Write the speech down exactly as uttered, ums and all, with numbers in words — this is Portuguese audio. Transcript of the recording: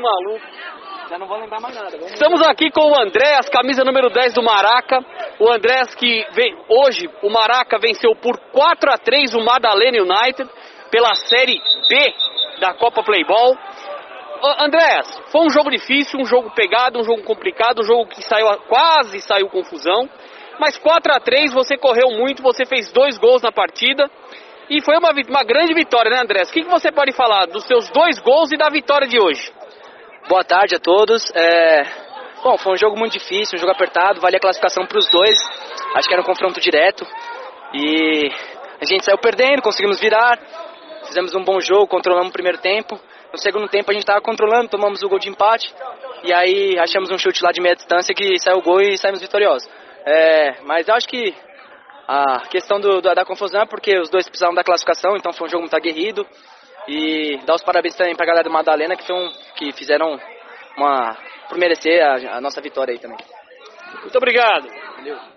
maluco. Já não vou lembrar mais nada. Vamos... Estamos aqui com o Andréas, camisa número dez do Maraca. O Andréas que vem, hoje o Maraca venceu por quatro a três o Madalena United pela Série B da Copa Playball. Andréas, foi um jogo difícil, um jogo pegado, um jogo complicado, um jogo que saiu, quase saiu confusão. Mas quatro a três, você correu muito, você fez dois gols na partida. E foi uma, uma grande vitória, né, Andréas? O que, que você pode falar dos seus dois gols e da vitória de hoje? Boa tarde a todos. É... Bom, foi um jogo muito difícil, um jogo apertado, valia a classificação para os dois. Acho que era um confronto direto. E a gente saiu perdendo, conseguimos virar. Fizemos um bom jogo, controlamos o primeiro tempo. No segundo tempo a gente estava controlando, tomamos o gol de empate. E aí achamos um chute lá de meia distância que saiu o gol e saímos vitoriosos. É... Mas eu acho que a questão do, da confusão é porque os dois precisavam da classificação, então foi um jogo muito aguerrido. E dar os parabéns também pra galera do Madalena que, foi um, que fizeram uma, por merecer a, a nossa vitória aí também. Muito obrigado. Valeu.